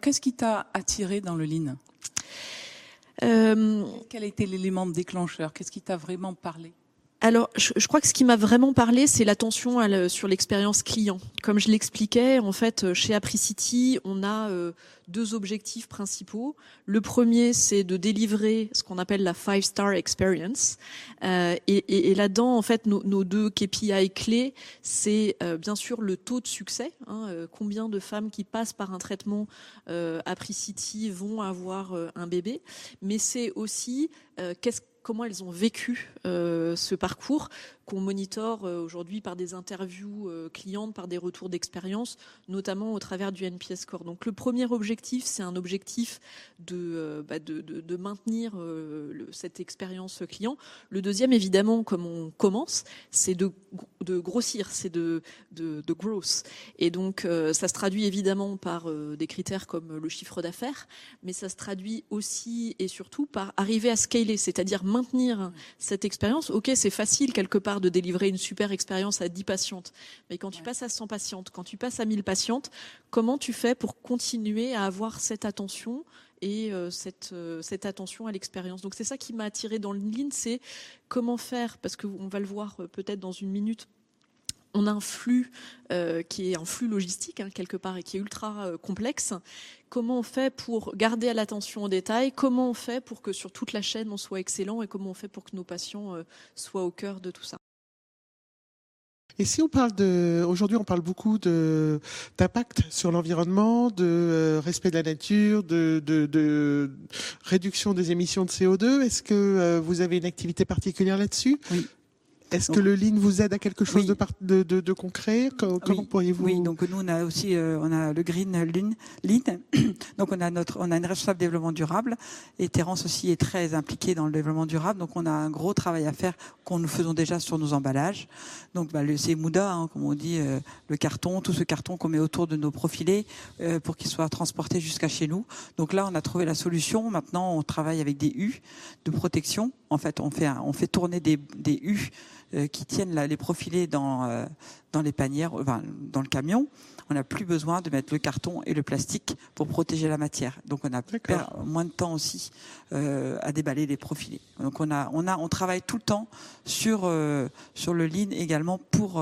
qu'est-ce qui t'a attiré dans le Lean ? Quel a été l'élément déclencheur ? Qu'est-ce qui t'a vraiment parlé ? Alors, je crois que ce qui m'a vraiment parlé, c'est l'attention sur l'expérience client. Comme je l'expliquais, en fait, chez Apricity, on a 2 objectifs principaux. Le premier, c'est de délivrer ce qu'on appelle la 5-star experience. Et là-dedans, en fait, nos 2 KPI clés, c'est bien sûr le taux de succès. Combien de femmes qui passent par un traitement Apricity vont avoir un bébé. Mais c'est aussi comment elles ont vécu ce parcours qu'on monitore aujourd'hui par des interviews clientes, par des retours d'expérience, notamment au travers du NPS score. Donc le premier objectif, c'est un objectif de maintenir cette expérience client. Le deuxième, évidemment, comme on commence, c'est de grossir, c'est de growth. Et donc ça se traduit évidemment par des critères comme le chiffre d'affaires, mais ça se traduit aussi et surtout par arriver à scaler, c'est-à-dire maintenir cette expérience. Ok, c'est facile quelque part de délivrer une super expérience à 10 patientes, mais quand tu passes à 100 patientes, quand tu passes à 1000 patientes, comment tu fais pour continuer à avoir cette attention et cette attention à l'expérience. Donc c'est ça qui m'a attirée dans le Lean, c'est comment faire, parce qu'on va le voir peut-être dans une minute, on a un flux qui est un flux logistique quelque part et qui est ultra complexe. Comment on fait pour garder à l'attention au détail ? Comment on fait pour que sur toute la chaîne on soit excellent ? Et comment on fait pour que nos patients soient au cœur de tout ça ? Et si on parle aujourd'hui on parle beaucoup d'impact sur l'environnement, de respect de la nature, de réduction des émissions de CO2, est-ce que vous avez une activité particulière là-dessus ? Oui. Est-ce que le Lean vous aide à quelque chose de concret ? Comment pourriez-vous ? Oui, donc nous on a aussi on a le Green Lean. Donc on a une responsable développement durable et Terence aussi est très impliquée dans le développement durable. Donc on a un gros travail à faire qu'on nous faisons déjà sur nos emballages. Donc c'est Mouda, comme on dit, le carton, tout ce carton qu'on met autour de nos profilés pour qu'il soit transporté jusqu'à chez nous. Donc là on a trouvé la solution. Maintenant on travaille avec des U de protection. En fait on fait tourner des U qui tiennent les profilés dans les panières, dans le camion. On n'a plus besoin de mettre le carton et le plastique pour protéger la matière. Donc on a moins de temps aussi à déballer les profilés. Donc on travaille tout le temps sur le Lean également pour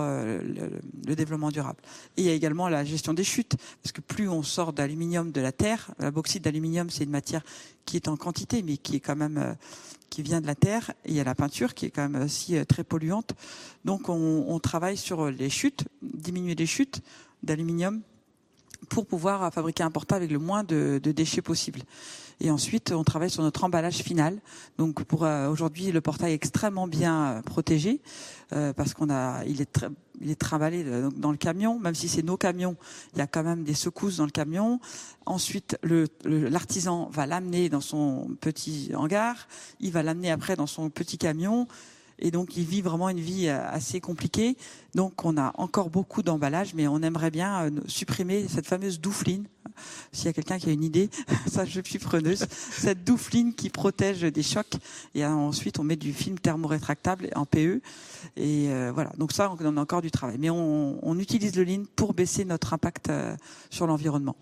le développement durable. Et il y a également la gestion des chutes, parce que plus on sort d'aluminium de la terre, la bauxite d'aluminium c'est une matière qui est en quantité mais qui est quand même qui vient de la terre, et il y a la peinture qui est quand même aussi très polluante. Donc on travaille sur les chutes, diminuer les chutes d'aluminium pour pouvoir fabriquer un portail avec le moins de déchets possible. Et ensuite, on travaille sur notre emballage final. Donc pour aujourd'hui, le portail est extrêmement bien protégé parce il est trimballé dans le camion, même si c'est nos camions, il y a quand même des secousses dans le camion. Ensuite, l'artisan va l'amener dans son petit hangar, il va l'amener après dans son petit camion. Et donc, il vit vraiment une vie assez compliquée. Donc, on a encore beaucoup d'emballage, mais on aimerait bien supprimer cette fameuse doufline. S'il y a quelqu'un qui a une idée, ça, je suis preneuse. Cette doufline qui protège des chocs. Et ensuite, on met du film thermorétractable en PE. Et voilà. Donc ça, on a encore du travail. Mais on utilise le Lean pour baisser notre impact sur l'environnement.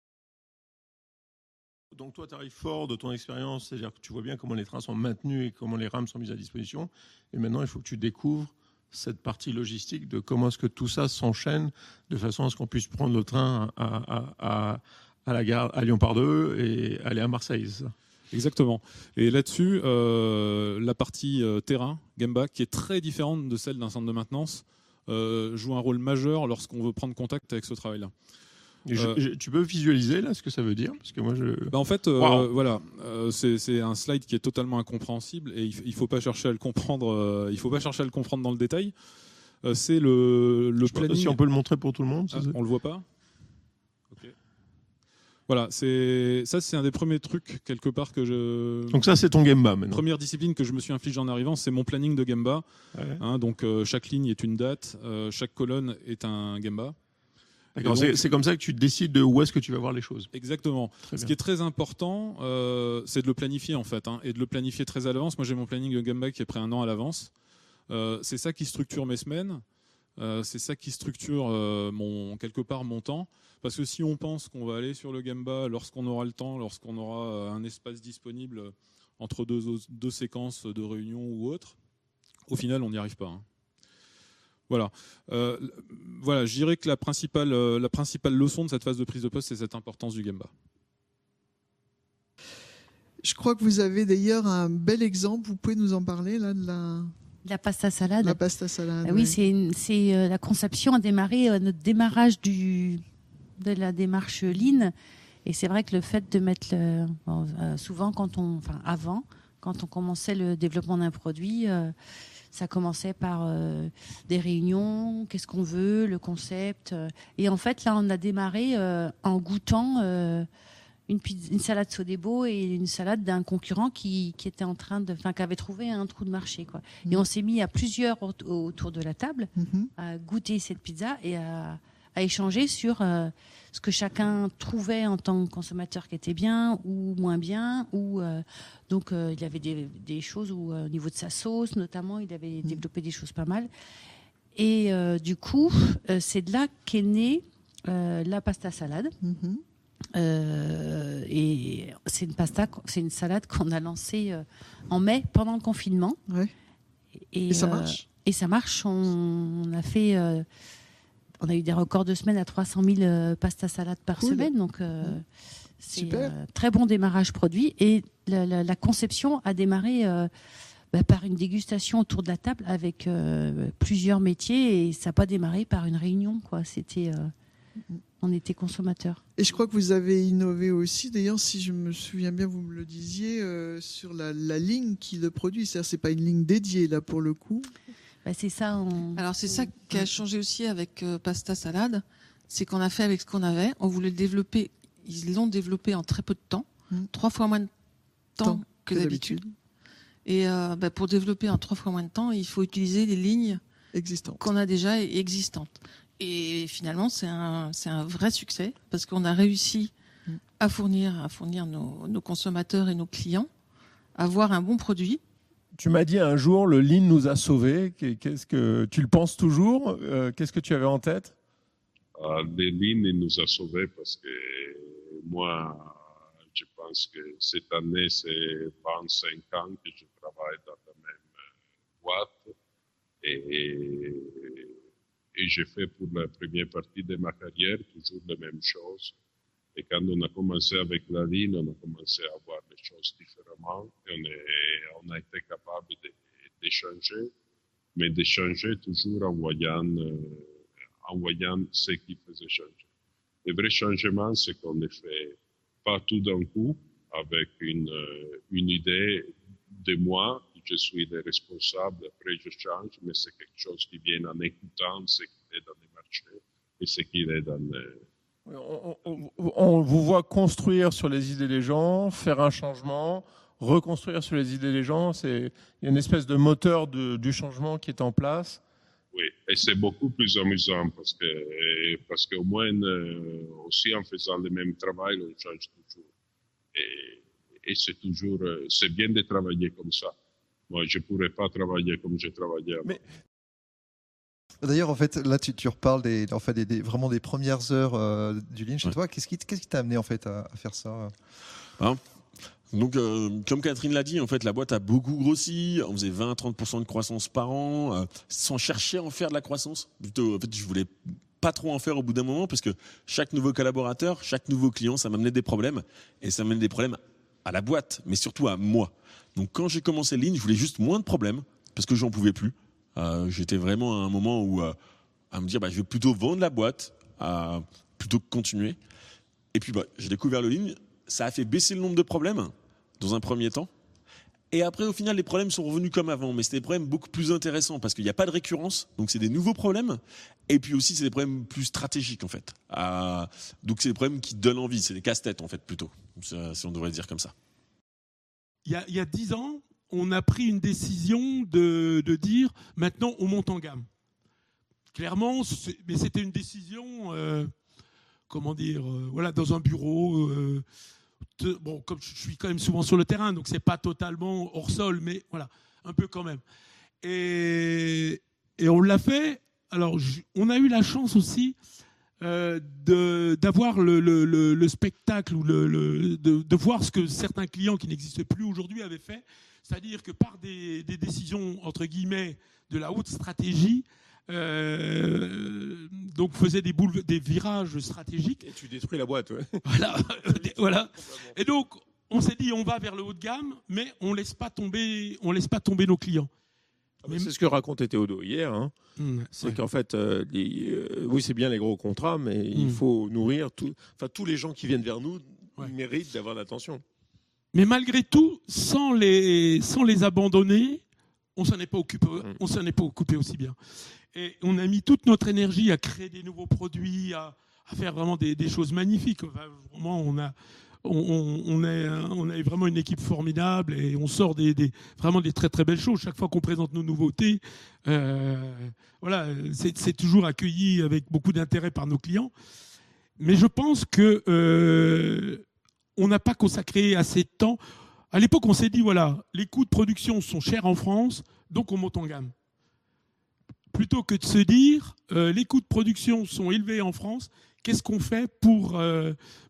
Donc toi, tu arrives fort de ton expérience, c'est-à-dire que tu vois bien comment les trains sont maintenus et comment les rames sont mises à disposition. Et maintenant, il faut que tu découvres cette partie logistique de comment est-ce que tout ça s'enchaîne de façon à ce qu'on puisse prendre le train à la gare à Lyon-Part-2 et aller à Marseille. Ça. Exactement. Et là-dessus, la partie terrain, Gemba, qui est très différente de celle d'un centre de maintenance, joue un rôle majeur lorsqu'on veut prendre contact avec ce travail-là. Tu peux visualiser là ce que ça veut dire parce que moi en fait, voilà, c'est un slide qui est totalement incompréhensible et il faut pas chercher à le comprendre. Il faut pas chercher à le comprendre dans le détail. C'est le planning. Si on peut le montrer pour tout le monde. On le voit pas. Okay. Voilà, c'est un des premiers trucs quelque part que je. Donc ça c'est ton Gemba maintenant. Première discipline que je me suis infligée en arrivant, c'est mon planning de Gemba. Ouais. Donc chaque ligne est une date, chaque colonne est un Gemba. D'accord, c'est comme ça que tu décides de où est-ce que tu vas voir les choses. Exactement. Ce qui est très important, c'est de le planifier en fait, et de le planifier très à l'avance. Moi, j'ai mon planning de Gemba qui est prêt 1 an à l'avance. C'est ça qui structure mes semaines. C'est ça qui structure quelque part mon temps. Parce que si on pense qu'on va aller sur le Gemba lorsqu'on aura le temps, lorsqu'on aura un espace disponible entre deux séquences de réunion ou autre, au final, on n'y arrive pas. Voilà. Voilà, je dirais que la principale leçon de cette phase de prise de poste, c'est cette importance du Gemba. Je crois que vous avez d'ailleurs un bel exemple. Vous pouvez nous en parler là de la pasta salade. La pasta salade. Oui, c'est la conception a démarré notre démarrage de la démarche Lean. Et c'est vrai que le fait de mettre souvent avant, quand on commençait le développement d'un produit, ça commençait par des réunions, qu'est-ce qu'on veut, le concept. Et en fait, là, on a démarré en goûtant une salade Sodebo et une salade d'un concurrent qui était qui avait trouvé un trou de marché, quoi. Et on s'est mis à plusieurs autour de la table à goûter cette pizza et à échanger sur ce que chacun trouvait en tant que consommateur qui était bien ou moins bien. Donc il y avait des choses où au niveau de sa sauce notamment, il avait développé des choses pas mal. Et du coup, c'est de là qu'est née la pasta salade. Et c'est une salade qu'on a lancée en mai pendant le confinement. Ouais. Et ça marche. Et ça marche. On a eu des records de semaine à 300 000 pasta salades par semaine. Donc c'est un très bon démarrage produit. Et la conception a démarré par une dégustation autour de la table avec plusieurs métiers. Et ça n'a pas démarré par une réunion, quoi. On était consommateurs. Et je crois que vous avez innové aussi, d'ailleurs, si je me souviens bien, vous me le disiez, sur la ligne qui le produit. C'est-à-dire, c'est pas une ligne dédiée, là, pour le coup. C'est ça. Alors, c'est ça qui a changé aussi avec Pasta Salade. C'est qu'on a fait avec ce qu'on avait. On voulait le développer. Ils l'ont développé en très peu de temps. 3 fois moins de temps que d'habitude. Et pour développer en 3 fois moins de temps, il faut utiliser les lignes existantes qu'on a déjà existantes. Et finalement, c'est un vrai succès parce qu'on a réussi à fournir nos consommateurs et nos clients, à avoir un bon produit. Tu m'as dit un jour, le Lean nous a sauvés. Qu'est-ce que tu le penses toujours? Qu'est-ce que tu avais en tête? Le Lean il nous a sauvés parce que moi, je pense que cette année, c'est 25 ans que je travaille dans la même boîte et j'ai fait pour la première partie de ma carrière toujours la même chose. Et quand on a commencé avec la ligne, on a commencé à voir les choses différemment. Et on a été capable de changer, mais de changer toujours en voyant ce qui faisait changer. Le vrai changement, c'est qu'on ne fait pas tout d'un coup avec une idée de moi. Je suis le responsable, après je change, mais c'est quelque chose qui vient en écoutant ce qui est dans les marchés et ce qui est dans On vous voit construire sur les idées des gens, faire un changement, reconstruire sur les idées des gens. Il y a une espèce de moteur du changement qui est en place. Oui, et c'est beaucoup plus amusant parce qu'au moins, aussi en faisant le même travail, on change toujours. Et c'est bien de travailler comme ça. Moi, je ne pourrais pas travailler comme je travaillais avant. D'ailleurs, en fait, là, tu reparles vraiment des premières heures du Lean chez toi. Qu'est-ce qui t'a amené en fait à faire ça? Donc, comme Catherine l'a dit, en fait, la boîte a beaucoup grossi. On faisait 20-30% de croissance par an, sans chercher à en faire de la croissance. Plutôt, en fait, je voulais pas trop en faire au bout d'un moment parce que chaque nouveau collaborateur, chaque nouveau client, ça m'amenait des problèmes. Et ça m'amenait des problèmes à la boîte, mais surtout à moi. Donc, quand j'ai commencé Lean, je voulais juste moins de problèmes parce que j'en pouvais plus. J'étais vraiment à un moment où à me dire, je vais plutôt vendre la boîte plutôt que continuer. Et puis, j'ai découvert le Lean. Ça a fait baisser le nombre de problèmes dans un premier temps. Et après, au final, les problèmes sont revenus comme avant. Mais c'est des problèmes beaucoup plus intéressants parce qu'il n'y a pas de récurrence. Donc, c'est des nouveaux problèmes. Et puis aussi, c'est des problèmes plus stratégiques, en fait. Donc, c'est des problèmes qui donnent envie. C'est des casse-têtes, en fait, plutôt. Si on devrait dire comme ça. Il y a 10 ans, on a pris une décision de dire maintenant on monte en gamme. Clairement, mais c'était une décision, dans un bureau. Comme je suis quand même souvent sur le terrain, donc c'est pas totalement hors sol, mais voilà, un peu quand même. Et on l'a fait alors on a eu la chance aussi d'avoir le spectacle ou de voir ce que certains clients qui n'existent plus aujourd'hui avaient fait, c'est-à-dire que par des décisions entre guillemets de la haute stratégie, donc faisait des virages stratégiques. Et tu détruis la boîte, ouais. Voilà. Et donc on s'est dit on va vers le haut de gamme, mais on laisse pas tomber nos clients. C'est ce que racontait Théodo hier. Hein. C'est qu'en fait, oui, c'est bien les gros contrats, mais il faut nourrir tous les gens qui viennent vers nous méritent d'avoir l'attention. Mais malgré tout, sans les abandonner, on s'en est pas occupé aussi bien. Et on a mis toute notre énergie à créer des nouveaux produits, à faire vraiment des choses magnifiques. Enfin, vraiment, on a vraiment une équipe formidable et on sort vraiment des très très belles choses. Chaque fois qu'on présente nos nouveautés, c'est toujours accueilli avec beaucoup d'intérêt par nos clients. Mais je pense que on n'a pas consacré assez de temps. À l'époque, on s'est dit voilà, les coûts de production sont chers en France, donc on monte en gamme. Plutôt que de se dire les coûts de production sont élevés en France, qu'est-ce qu'on fait pour s'adapter ?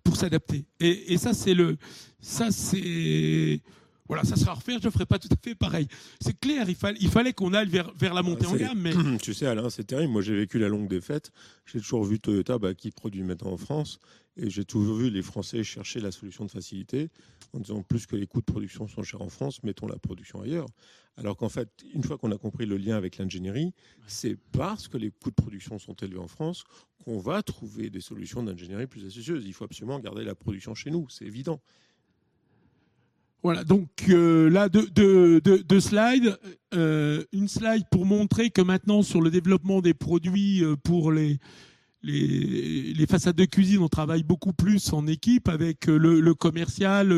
Et ça ça sera à refaire. Je ne ferai pas tout à fait pareil. C'est clair, il fallait qu'on aille vers la montée en gamme. Mais tu sais, Alain, c'est terrible. Moi, j'ai vécu la longue défaite. J'ai toujours vu Toyota qui produit maintenant en France, et j'ai toujours vu les Français chercher la solution de facilité en disant plus que les coûts de production sont chers en France, mettons la production ailleurs. Alors qu'en fait, une fois qu'on a compris le lien avec l'ingénierie, c'est parce que les coûts de production sont élevés en France qu'on va trouver des solutions d'ingénierie plus astucieuses. Il faut absolument garder la production chez nous, c'est évident. Voilà, donc là, deux slides. Une slide pour montrer que maintenant, sur le développement des produits pour les façades de cuisine, on travaille beaucoup plus en équipe avec le commercial,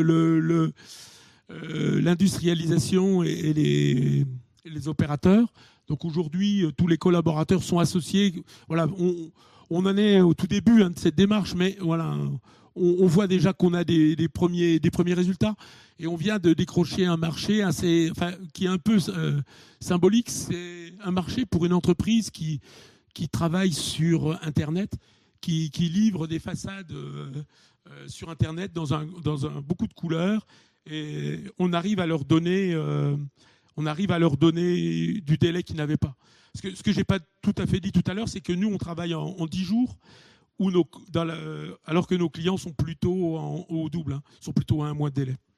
l'industrialisation et les opérateurs. Donc aujourd'hui, tous les collaborateurs sont associés. Voilà, on en est au tout début de cette démarche, mais voilà, on voit déjà qu'on a des premiers résultats. Et on vient de décrocher un marché qui est un peu symbolique. C'est un marché pour une entreprise qui travaille sur Internet, qui livre des façades sur Internet dans beaucoup de couleurs. Et on arrive à leur donner du délai qu'ils n'avaient pas. Ce que j'ai pas tout à fait dit tout à l'heure, c'est que nous, on travaille en 10 jours, alors que nos clients sont plutôt au double, sont plutôt à 1 mois de délai.